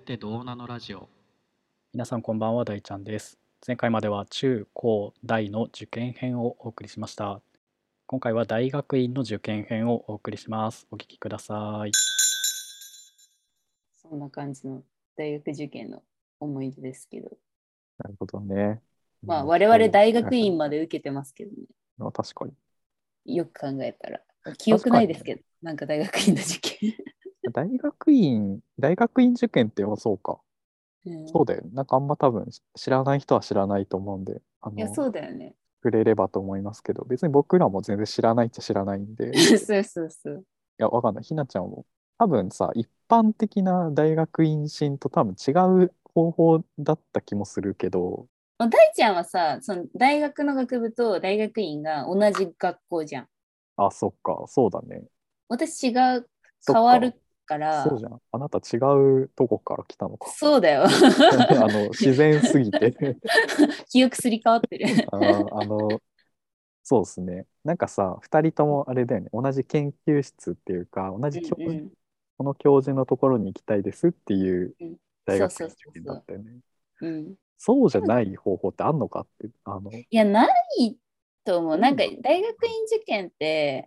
てどうなのラジオ。 皆さんこんばんは、大ちゃんです。前回までは中高大の受験編をお送りしました。今回は大学院の受験編をお送りします。お聞きください。 そんな感じの大学受験の思い出ですけど。 なるほどね。 まあ我々大学院まで受けてますけどね。 確かに。 よく考えたら。記憶ないですけど、なんか大学院の受験。 大学院受験ってそうか。 うんそうだよね。なんかあんま多分知らない人は知らないと思うんで、 いや、そうだよね。 触れればと思いますけど、別に僕らも全然知らないっちゃ知らないんで、いそうそうそう。 や、わかんない。ひなちゃんも多分さ、一般的な大学院進と多分違う方法だった気もするけど、 大ちゃんはさ、その大学の学部と大学院が同じ学校じゃん。 あ、そっか、そうだね。 私違う、 そっか変わるからそうじゃん。あなた違うとこから来たのか。 そうだよ。 自然すぎて記憶すり替わってる。 そうですね。なんかさ、2人ともあれだよね。同じ研究室っていうか、同じ教授、 うんこの教授のところに行きたいですっていううん大学そう院受験だったよね。 うん。 そうじゃない方法ってあんのかって、 いや、ないと思う。なんか大学院受験って、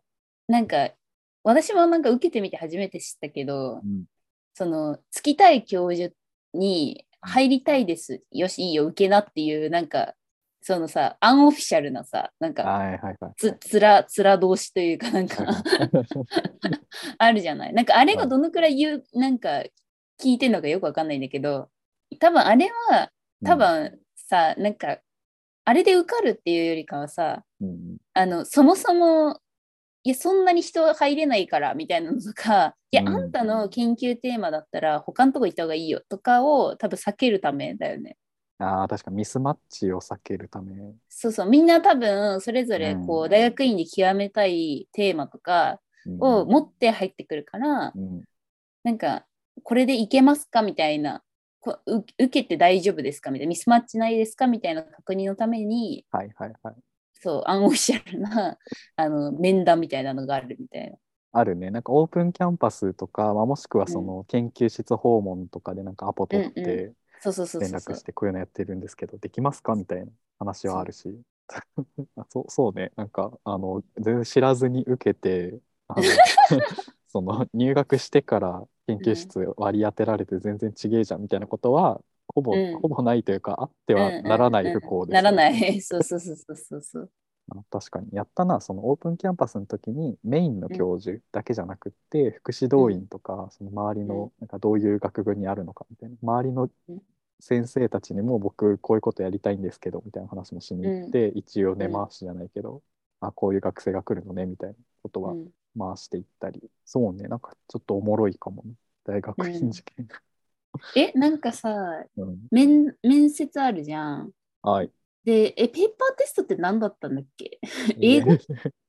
なんか私もなんか受けてみて初めて知ったけど、そのつきたい教授に入りたいです。よし、いいよ、受けなっていう、なんか、そのさ、アンオフィシャルなさ、なんか、 はいはいはい。 つら同士というか、なんかあるじゃない。なんかあれがどのくらいなんか聞いてるのかよくわかんないんだけど、多分あれは、多分さ、なんか、あれで受かるっていうよりかはさ、そもそも、いや、そんなに人入れないからみたいなのとか、いや、あんたの研究テーマだったら他のとこ行った方がいいよとかを多分避けるためだよね。 ああ、確かミスマッチを避けるため。 そうそう、みんな多分それぞれこう、大学院で極めたいテーマとかを持って入ってくるから、なんか、これでいけますかみたいな、受けて大丈夫ですかみたいな、ミスマッチないですかみたいな確認のために、そう、アンオフィシャルな面談みたいなのがあるみたいな。 あるね。なんかオープンキャンパスとか、もしくはその研究室訪問とかでなんかアポ取って連絡してこういうのやってるんですけど、できますかみたいな話はあるし。そうね。なんか全然知らずに受けて、その入学してから研究室割り当てられて全然ちげえじゃんみたいなことはほぼないというか、あってはならない不幸です、 ならない。そうそうそうそうそう。 確かにやったな。そのオープンキャンパスの時にメインの教授だけじゃなくって、福祉動員とか、その周りのなんかどういう学部にあるのかみたいな、周りの先生たちにも僕こういうことやりたいんですけどみたいな話もしに行って、一応根回しじゃないけど、こういう学生が来るのねみたいなことは回していったり、そうね、なんかちょっとおもろいかもね、大学院受験。 なんかさ、面接あるじゃん。 はい。 で、ペーパーテストって何だったんだっけ？ 英語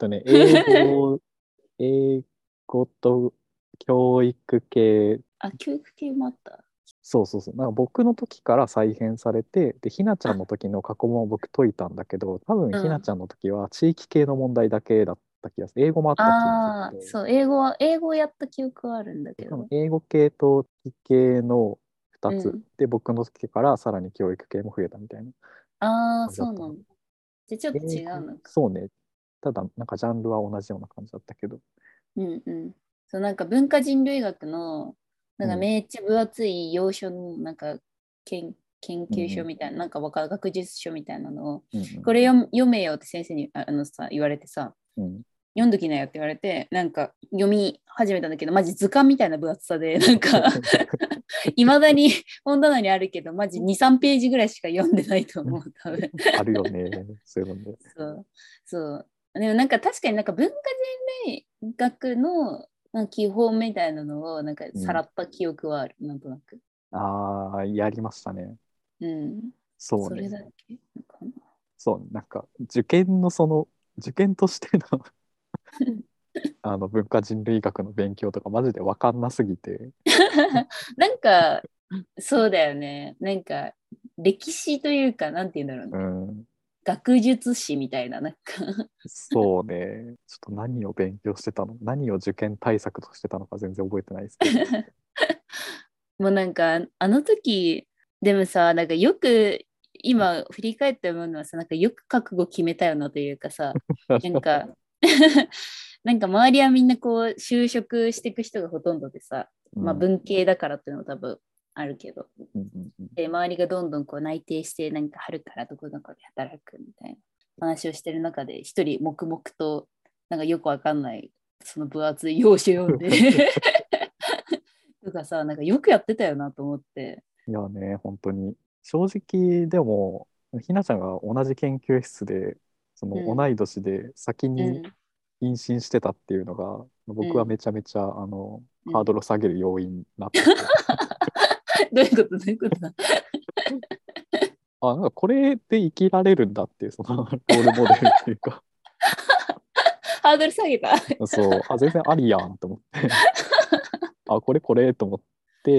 英語と教育系。 教育系もあった。 そうそうそう。なんか僕の時から再編されて、で、ひなちゃんの時の過去問を僕解いたんだけど、多分ひなちゃんの時は地域系の問題だけだった気がする。英語もあった気がする。 そう、英語やった記憶はあるんだけど。 英語系と地域系の2つ、で、僕の時からさらに教育系も増えたみたいな。 そうなんだ。じゃちょっと違うのか。 そうね。ただ、なんかジャンルは同じような感じだったけど。 そう、なんか文化人類学の、なんかめっちゃ分厚い要所の、なんか研究書みたいな、なんか学術書みたいなのを、これ読めよって先生に言われてさ、読んどきなよって言われて、なんか読み始めたんだけど、マジ図鑑みたいな分厚さで、なんかいまだに本棚にあるけど、マジ2、3ページぐらいしか読んでないと思う、多分。 あるよね、そういうのね。 そう。でもなんか確かになんか文化人類学の基本みたいなのをなんかさらった記憶はある、なんとなく。 やりましたね。そうね。 それだけかな。 そう、なんか受験としての文化人類学の勉強とかマジで分かんなすぎて。 なんかそうだよね。なんか歴史というかなんて言うんだろうね。学術史みたいななんかそうね。ちょっと何を勉強してたの、何を受験対策としてたのか全然覚えてないですけど。 もうなんかあの時でもさ、なんかよく今振り返って思うのはさ、なんかよく覚悟決めたよなというかさ、なんかなんか周りはみんなこう就職していく人がほとんどでさ、まあ文系だからっていうのも多分あるけど、で周りがどんどんこう内定してなんか春からどこどこで働くみたいな話をしてる中で一人黙々となんかよくわかんないその分厚い用紙読んでとかさ、なんかよくやってたよなと思って。 いやね、本当に。正直、でも、ひなちゃんが同じ研究室で、その同い年で先に妊娠してたっていうのが、僕はめちゃめちゃ、ハードルを下げる要因になってて。 どういうことどういうことだなんかこれで生きられるんだっていう、そのロールモデルっていうか。 ハードル下げた。 そう、全然ありやんと思って。これと思って、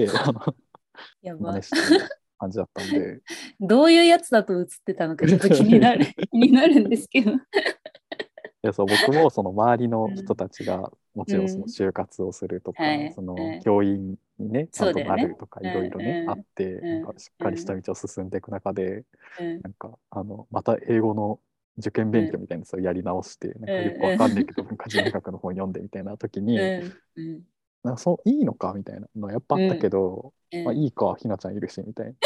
やば真似してる感じだったんで。 どういうやつだと映ってたのかちょっと気になる気になるんですけど。 そう僕もその周りの人たちがもちろんその就活をするとか、その教員にねちゃんとなるとかいろいろねあって、なんかしっかりした道を進んでいく中で、なんかまた英語の受験勉強みたいなのをやり直して、なんかよくわかんないけど文化人類学の本読んでみたいな時に、なんかそういいのかみたいなのはやっぱあったけど、まあいいかひなちゃんいるしみたいな。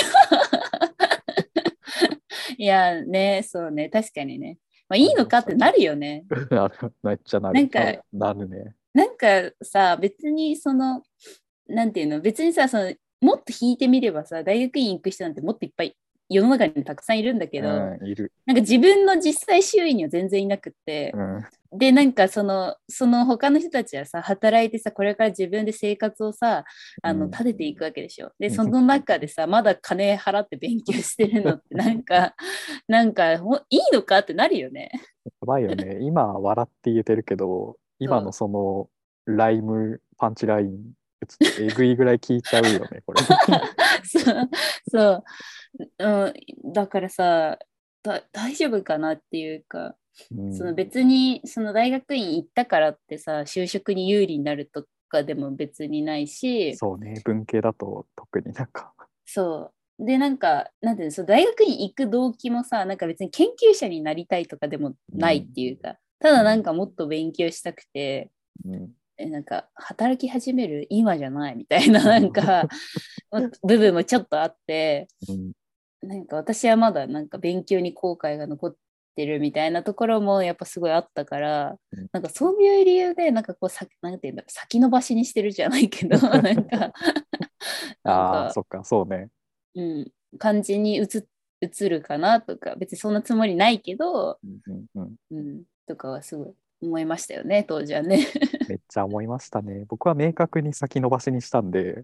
いやね、そうね、確かにね。まあいいのかってなるよね。 めっちゃなる。 なんかなるね。 なんかさ、別にその、なんていうの、別にさ、そのもっと引いてみればさ、大学院行く人なんてもっといっぱい世の中にたくさんいるんだけど、 いる。 なんか自分の実際周囲には全然いなくって、で、なんかその他の人たちはさ、働いてさ、これから自分で生活をさ、立てていくわけでしょ。で、その中でさ、まだ金払って勉強してるのって、なんかいいのかってなるよね。 やばいよね。今、笑って言えてるけど、今のそのライム、パンチライン、えぐいぐらい聞いちゃうよね、これ。 そう、だからさ、大丈夫かなっていうか、その別にその大学院行ったからってさ、就職に有利になるとかでも別にないし、 そうね、文系だと特になんか。 そう。で、なんか、なんていうの、そう大学院行く動機もさ、なんか別に研究者になりたいとかでもないっていうか、ただなんかもっと勉強したくて、なんか働き始める今じゃないみたいななんか部分もちょっとあって、なんか私はまだなんか勉強に後悔が残ってるみたいなところもやっぱすごいあったから、なんかそういう理由でなんかこうなんていうんだろう、先延ばしにしてるじゃないけどなんかそっか、そうね。 感じに映るかなとか、別にそんなつもりないけど、とかはすごい思いましたよね、当時はね。 めっちゃ思いましたね。僕は明確に先延ばしにしたんで。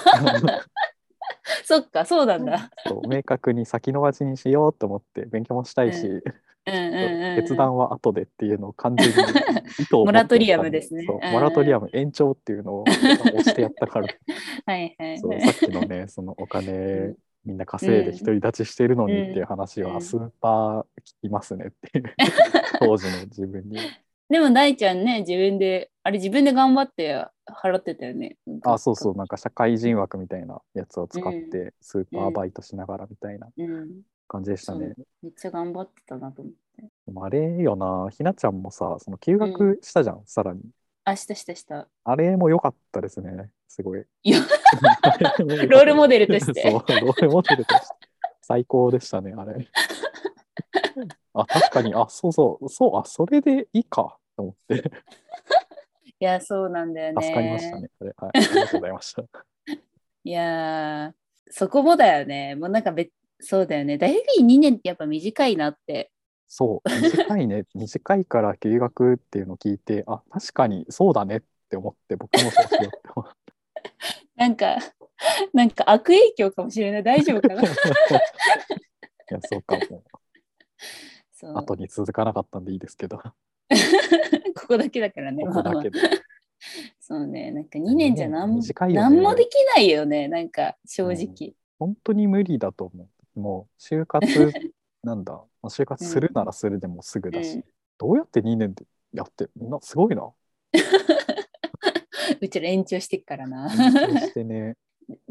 そっか、そうなんだ。 そう明確に先延ばしにしようと思って勉強もしたいし、決断は後でっていうのを完全に意図をモラトリアムですね。 モラトリアム延長っていうのを押してやったから。 はいはい、 そうさっきのね、そのお金みんな稼いで独り立ちしてるのにっていう話はスーパー聞きますねっていう当時の自分に。 でも大ちゃんね、自分で頑張って払ってたよね。 そうそう、なんか社会人枠みたいなやつを使ってスーパーバイトしながらみたいな感じでしたね。 めっちゃ頑張ってたなと思って。 でもあれよな、ひなちゃんもさ、その休学したじゃん、さらに。 した。 あれも良かったですね、すごい。 ロールモデルとして。 そう、ロールモデルとして。最高でしたね、あれ。確かに、それでいいかと思って。 いや、そうなんだよね。 助かりましたね、あれ。はい、ありがとうございました。 いやそこもだよね。もうなんかそうだよね。大学院2年ってやっぱ短いなって。 そう、短いね。短いから休学っていうのを聞いて、確かにそうだねって思って、僕もそうしようって思って。 なんか悪影響かもしれない。大丈夫かな。いや、そうかも。後に続かなかったんでいいですけど。ここだけだからね。 ここだけで。 そうね、なんか2年じゃ何もできないよね、なんか正直。 本当に無理だと思う。もう就活就活するならするでもすぐだし、どうやって2年でやってみんなすごいな。 うちら延長してっからな。 延長してね。 で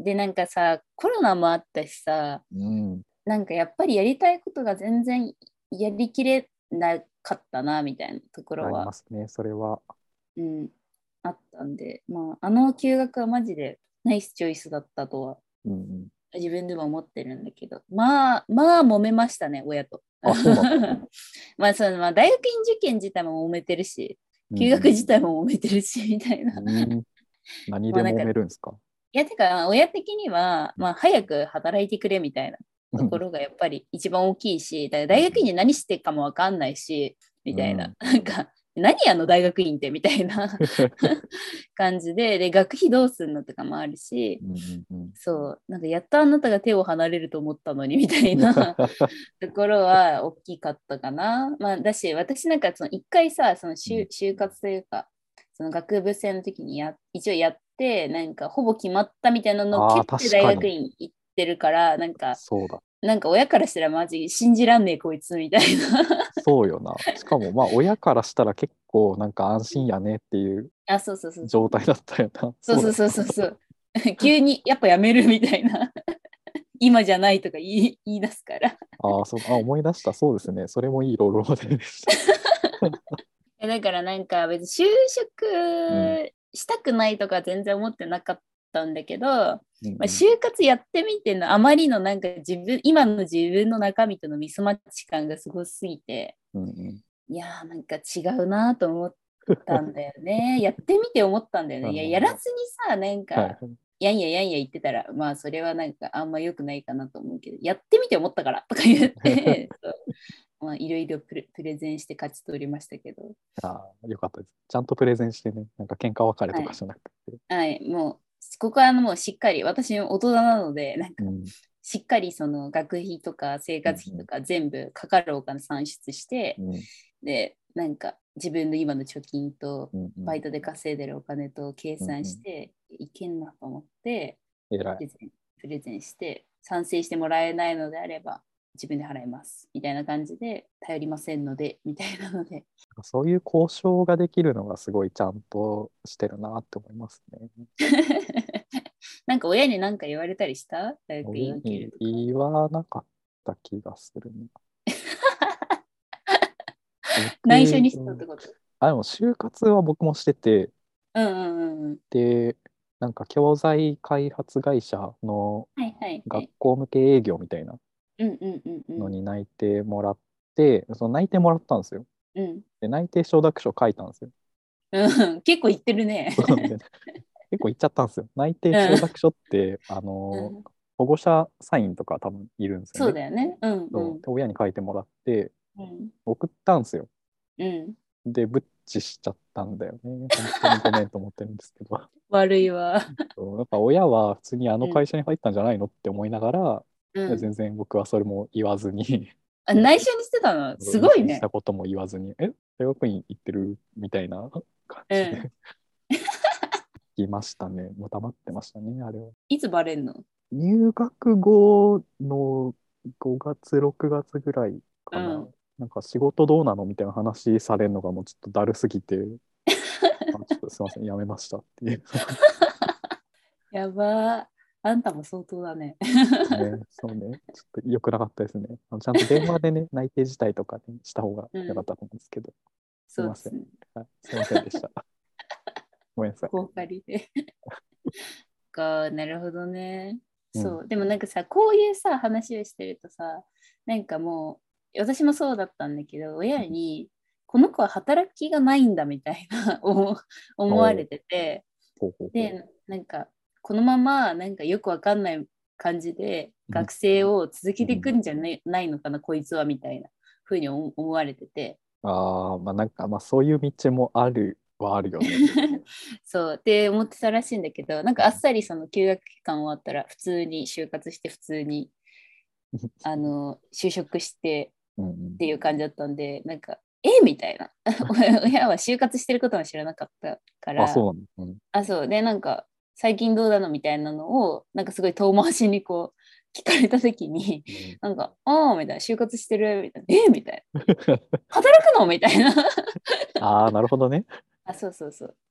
でなんかさコロナもあったしさ、なんかやっぱりやりたいことが全然やりきれなかったなみたいなところはありますね、それは。 あったんで、あの休学はマジでナイスチョイスだったとは自分でも思ってるんだけど、まあ揉めましたね、親と。 あ、そうなん大学院受験自体も揉めてるし、休学自体も揉めてるし、みたいな。 何で揉めるんですか？ いや、てか、親的には、早く働いてくれみたいなところがやっぱり一番大きいし、だから大学院で何してるかもわかんないし、みたいな。なんか、何大学院ってみたいな感じで、学費どうすんのとかもあるし、そう、なんかやっとあなたが手を離れると思ったのにみたいなところは大きかったかな。だし、私なんかその一回さ、その就活というか、その学部生の時に一応やって、なんかほぼ決まったみたいなのを蹴って大学院行ってるから、なんか、 そうだ。 なんか親からしたらマジ信じらんねえこいつみたいなそうよな。しかも親からしたら結構なんか安心やねっていう状態だったよな。 そう急にやっぱやめるみたいな今じゃないとか言い出すから思い出した。そうですね。それもいいロールモデルでしただからなんか別に就職したくないとか全然思ってなかったんだけど、就活やってみてのあまりのなんか今の自分の中身とのミスマッチ感がすごすぎて、いやーなんか違うなと思ったんだよねやってみて思ったんだよね。いややらずにさなんか、やんや言ってたらそれはなんかあんま良くないかなと思うけど、やってみて思ったからとか言っていろいろプレゼンして勝ち取りましたけど。 よかったです。ちゃんとプレゼンしてね、なんか喧嘩別れとかじゃなくて。 はい、もうここはもうしっかり、私大人なので、なんかしっかりその学費とか生活費とか全部かかるお金算出して、で、なんか自分の今の貯金とバイトで稼いでるお金と計算していけんなと思って、プレゼンして賛成してもらえないのであれば自分で払いますみたいな感じで、頼りませんのでみたいなので、 そういう交渉ができるのがすごいちゃんとしてるなって思いますねなんか親に何か言われたりした？大学院受けるとか。 言わなかった気がするね内緒にしたってこと？ でも就活は僕もしてて、でなんか教材開発会社の学校向け営業みたいなのに内定もらって、その内定もらったんですよ。で内定承諾書書いたんですよ。 結構言ってるね。 結構言っちゃったんですよ。内定承諾書って保護者サインとか多分いるんですよね。 そうだよね。 で親に書いてもらって送ったんですよ。でブッチしちゃったんだよね。本当にごめんと思ってるんですけど。 悪いわ。 やっぱ親は普通にあの会社に入ったんじゃないのって思いながら、全然僕はそれも言わずに内緒にしてたのすごいね。 したことも言わずに大学院行ってるみたいな感じで聞きましたね。もう黙ってましたね、あれは。 いつバレんの？ 入学後の5月6月ぐらいかな。なんか仕事どうなのみたいな話されるのがもうちょっとだるすぎてちょっとすいませんやめましたっていうやばー、あんたも相当だね。 そうね、ちょっと良くなかったですね。ちゃんと電話でね内定自体とか、ね、した方が良かったと思うんですけど、すいません、すいませんでしたごめんなさい。 公開でなるほどね。そう、でもなんかさ、こういうさ話をしてるとさ、なんかもう私もそうだったんだけど、親にこの子は働きがないんだみたいな思われてて、でなんかこのままなんかよくわかんない感じで学生を続けていくんじゃないのかな、こいつはみたいなふうに思われてて、 なんかそういう道もあるはあるよねそうって思ってたらしいんだけど、なんかあっさりその休学期間終わったら普通に就活して普通に就職してっていう感じだったんで、なんかみたいな親は就活してることも知らなかったから、そうでなんか最近どうなのみたいなのをなんかすごい遠回しにこう聞かれた時に、なんかみたいな、就活してるみたいな、みたいな働くのみたいななるほどね。 そう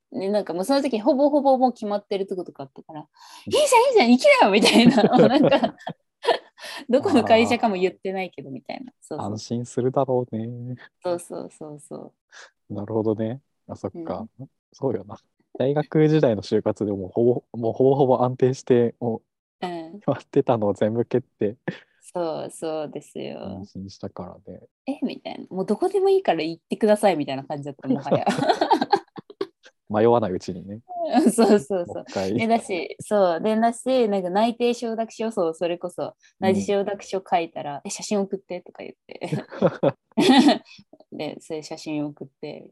で、なんかもうその時ほぼほぼもう決まってるとことかあったから、いいじゃん、いいじゃん、行きなよみたいな、もうなんか、どこの会社かも言ってないけどみたいな。そうそう安心するだろうね。 そうそうそうそなるほどね。あ、そっう。 か。そうよな。大学時代の就活でももうほぼほぼ安定して、もううん。 決まってたのを全部蹴ってそうそうです安よ。 心したからね。 みたいな。もうどこでもいいから行ってくださいみたいな感じだった、もはや。 迷わないうちにね、 そうそうそう。 もう一回。 だし、なんか内定承諾書、それこそ、内定承諾書書いたら、写真送ってとか言って。で、そういう写真送って、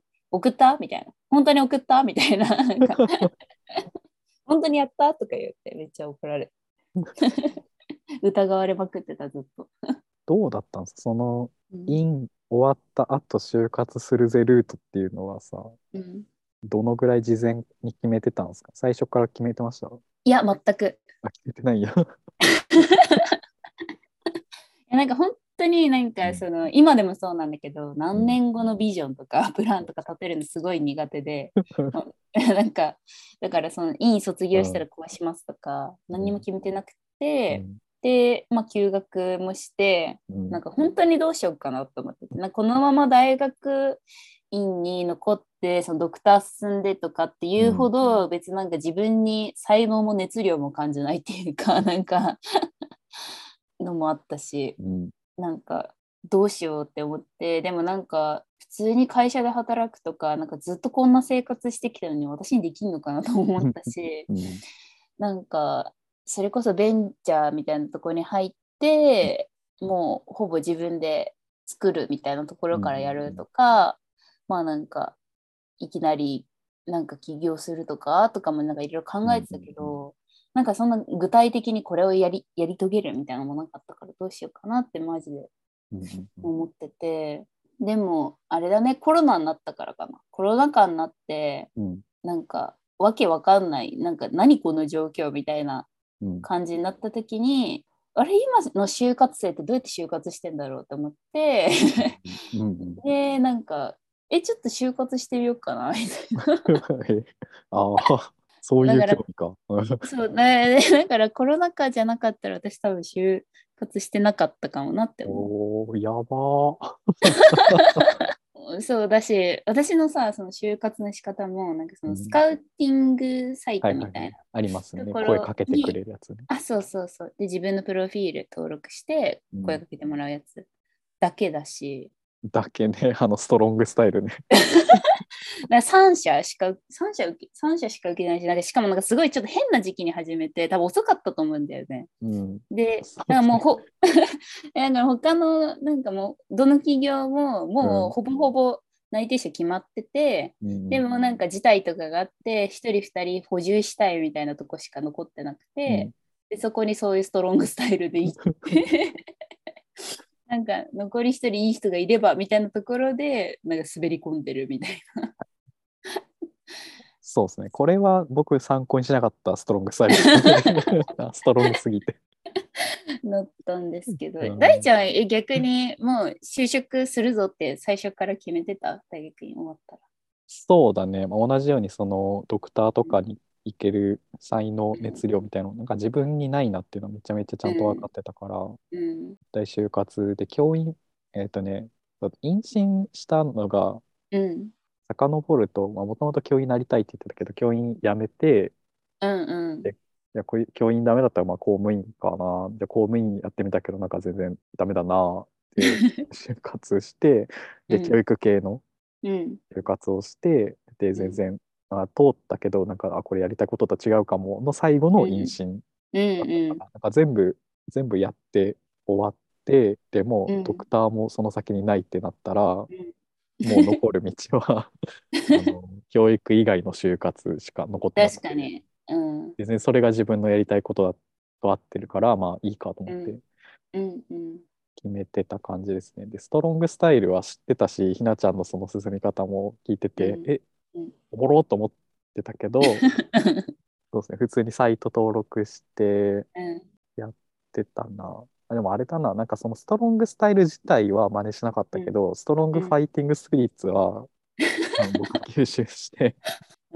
送ったみたいな。本当に送ったみたいな。なんか本当にやったとか言って、めっちゃ怒られ。疑われまくってた、ずっと。 どうだったんですかその、 うん終わった後就活するぜルートっていうのはさ、 うん、 どのぐらい事前に決めてたんですか？最初から決めてました？ いや、全く。 あ、決めてないや。 なんか本当になんかうん今でもそうなんだけど、 うん何年後のビジョンとかプランとか立てるのすごい苦手で、なんかだから院卒業したらこうしますとか何にも決めてなくて、で、まあ、休学もして、なんか本当にどうしようかなと思ってて、なんかこのまま大学院に残ってドクター進んでとかっていうほど、別になんか自分に才能も熱量も感じないっていうかなんかのもあったし、なんかどうしようって思って、でもなんか普通に会社で働くとか、なんかずっとこんな生活してきたのに私にできんのかなと思ったし、なんかそれこそベンチャーみたいなところに入って、もうほぼ自分で作るみたいなところからやるとか、まあなんかいきなりなんか起業するとかもなんかいろいろ考えてたけど、なんかそんな具体的にこれをやり遂げるみたいなのもなかったからどうしようかなってマジで思ってて、でもあれだね、コロナになったからかな。コロナ禍になって、なんかわけわかんない、なんか何この状況みたいな感じになった時に、あれ今の就活生ってどうやって就活してんだろうと思ってで、なんかちょっと就活してみようかなみたいな。 ああ、そういう興味か。 そうだからコロナ禍じゃなかったら私多分就活してなかったかもなって思う。おー、やばう。そうだし、私のさ、その就活の仕方も、なんかスカウティングサイトみたいなありますね。 とこ声かけてろに、 くれるやつね。 そうそうそう。で、自分のプロフィール登録して声かけてもらうやつだけだし。 だけね、ストロングスタイルね。 だ3社しか受けないし、なんかしかもなんかすごいちょっと変な時期に始めて、多分遅かったと思うんだよね。で、なんかもうなんか他の、なんかもう、どの企業ももうほぼほぼ内定者決まってて、でもなんか辞退とかがあって、1人2人補充したいみたいなとこしか残ってなくて、でそこにそういうストロングスタイルで行ってなんか残り1人いい人がいればみたいなところでなんか滑り込んでるみたいな。 そうですね。これは僕参考にしなかったストロングスタイルストロングすぎてなったんですけど、大ちゃん逆にもう就職するぞって最初から決めてた？大学に終わったら。 そうだね。同じようにそのドクターとかに行ける才能、熱量みたいなのなんか自分にないなっていうのはめちゃめちゃちゃんと分かってたから、大就活で教員、妊娠したのが、遡ると、もともと教員になりたいって言ってたけど、教員辞めて、で、いや、教員ダメだったら公務員かな。で、公務員やってみたけど、なんか全然ダメだなって就活して、で、教育系の就活をして、で、全然、通ったけど、なんか、これやりたいことと違うかもの最後の妊娠だったから、なんか全部やって終わって、でも、ドクターもその先にないってなったら、もう残る道は教育以外の就活しか残ってなくて、 確かに、 別にそれが自分のやりたいことだと合ってるから、まあいいかと思って決めてた感じですね。で、ストロングスタイルは知ってたし、ひなちゃんのその進み方も聞いてて、おもろうと思ってたけど、そうですね、普通にサイト登録してやってたな。でもあれだな、なんかそのストロングスタイル自体は真似しなかったけど、ストロングファイティングスピリッツは僕吸収して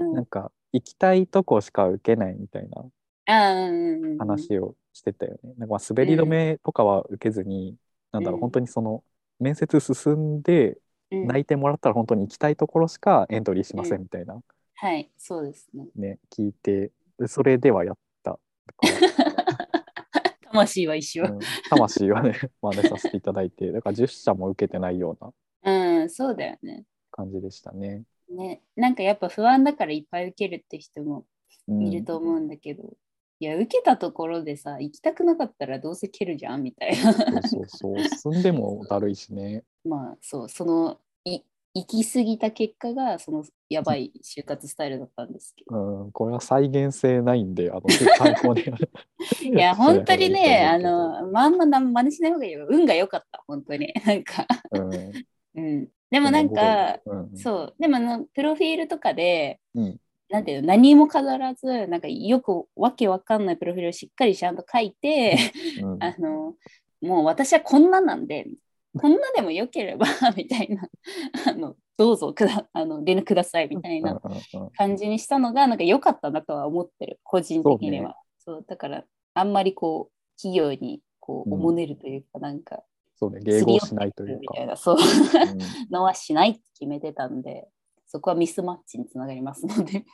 なんか行きたいとこしか受けないみたいな話をしてたよね。なんか滑り止めとかは受けずに、なんだろう、本当にその面接進んで内定もらったら本当に行きたいところしかエントリーしませんみたいな、 はい、そうですね。 ね、聞いて、それではやったから魂は一緒。 魂はね真似させていただいて、だから10社も受けてないような、そうだよね。 感じでしたね。 ね、なんかやっぱ不安だからいっぱい受けるって人もいると思うんだけど、いや受けたところでさ、行きたくなかったらどうせ蹴るじゃんみたいな。 そう進んでもだるいしね。 まあそう、その行き過ぎた結果がそのやばい就活スタイルだったんですけど。 これは再現性ないんで、参考にいや、本当にね、まんま真似しない方がいいよ。運が良かった、本当に。なんかでもなんか、そう、でもプロフィールとかで、なんていうの、何も飾らず、なんかよくわけわかんないプロフィールをしっかりちゃんと書いて、もう私はこんななんで、こんなでもよければみたいなどうぞ連絡くださいみたいな感じにしたのがなんか良かったなとは思ってる、個人的には。そうだからあんまりこう企業にこうおもねるというか、なんかそうね、迎合しないというかみたいなそうのはしないって決めてたんで、そこはミスマッチにつながりますので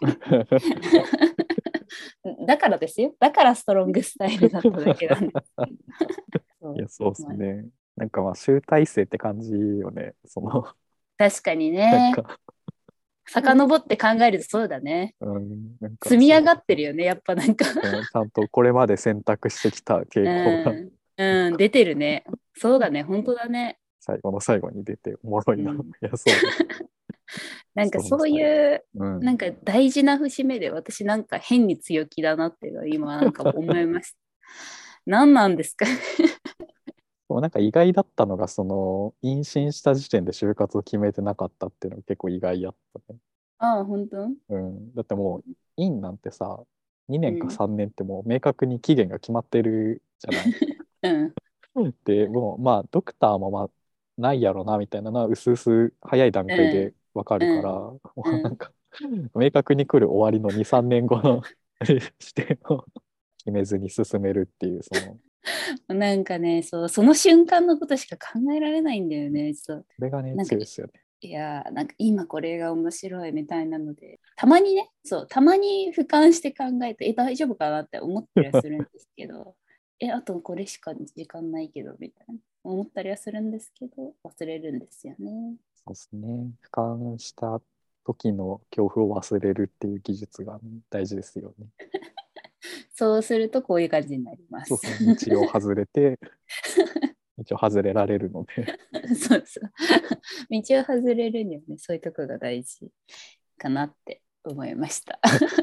だからですよ、だからストロングスタイルだっただけなんですいや、そうですね。なんか集大成って感じよね。 確かにね。遡って考えるとそうだね。積み上がってるよね、やっぱなんかちゃんとこれまで選択してきた傾向が。出てるね。そうだね、本当だね。 最後の最後に出ておもろいな。いや、そうなんかそういう、なんか大事な節目で私なんか変に強気だなっていうのは今なんか思いました。何なんですかなんか意外だったのが、妊娠した時点で就活を決めてなかったっていうのが結構意外やったね。 ああ、本当？ だってもう、院なんてさ、2年か3年ってもう明確に期限が決まってるじゃない。で、もうまあ、ドクターもまあ、ないやろなみたいなのは、うすうす早い段階でわかるから、もうなんか、明確に来る終わりの2、3年後の視点を決めずに進めるっていう、 なんかね、その瞬間のことしか考えられないんだよね。それがね、強いですよね。 いやなんか今これが面白いみたいなので、たまにね、たまに俯瞰して考えて、大丈夫かなって思ったりはするんですけど、あとこれしか時間ないけど、みたいな思ったりはするんですけど、忘れるんですよね。 そうですね。俯瞰した時の恐怖を忘れるっていう技術が大事ですよね。 そうするとこういう感じになります。 道を外れて、道を外れられるので。 そうそう。道を外れるにはね、そういうとこが大事かなって思いました。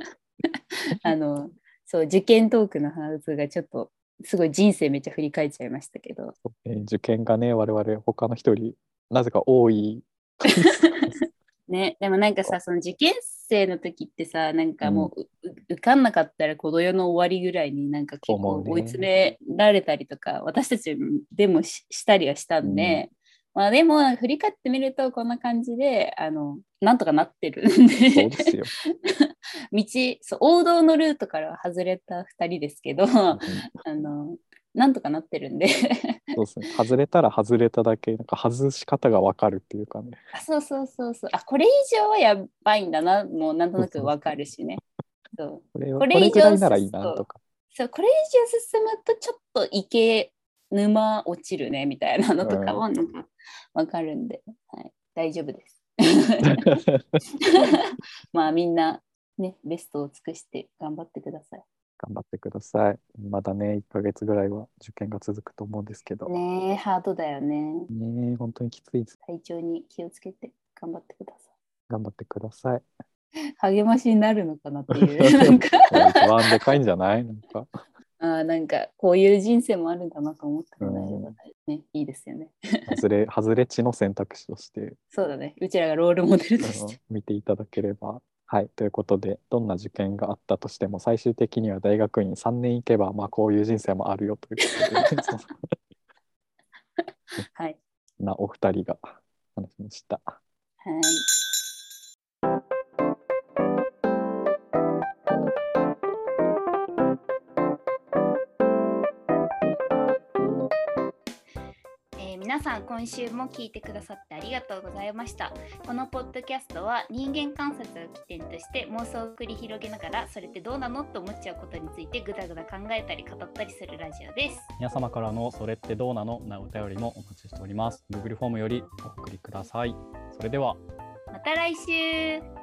そう、受験トークの話がちょっと、すごい人生めっちゃ振り返っちゃいましたけど。 受験がね、我々他の人よりなぜか多い。 ね、でもなんかさ、その受験生の時ってさ、なんかもう、受かんなかったらこの世の終わりぐらいになんか結構追い詰められたりとか、私たちでもしたりはしたんで、まあでも振り返ってみるとこんな感じでなんとかなってるんでそうですよ王道のルートからは外れた2人ですけど、なんとかなってるんでそうですね。外れたら外れただけ、なんか外し方がわかるっていうかね。 そう。これ以上はやばいんだな、もうなんとなくわかるしね。これ以上ならいいなとか。 これ以上進むとちょっと沼落ちるねみたいなのとかもなんかわかるんで、大丈夫です。まあみんなね、ベストを尽くして頑張ってください。 頑張ってください。まだね、1ヶ月ぐらいは受験が続くと思うんですけど。 ねえ、ハードだよね。 ねえ、本当にきついです。 体調に気をつけて頑張ってください。 頑張ってください。 励ましになるのかなっていう。なんか一番でかいんじゃない？ なんかこういう人生もあるんだなと思ってもらえればね、いいですよね。 外れ値の選択肢として。 そうだね。うちらがロールモデルとして見ていただければ。はい。ということで、どんな受験があったとしても、最終的には大学院3年行けば、まあ、こういう人生もあるよということで、 はい。 お二人が話しました。 はい。 皆さん今週も聞いてくださってありがとうございました。このポッドキャストは人間観察を起点として妄想を繰り広げながら、それってどうなのと思っちゃうことについてぐだぐだ考えたり語ったりするラジオです。 皆様からのそれってどうなのなお便りもお待ちしております。Google フォームよりお送りください。それではまた来週。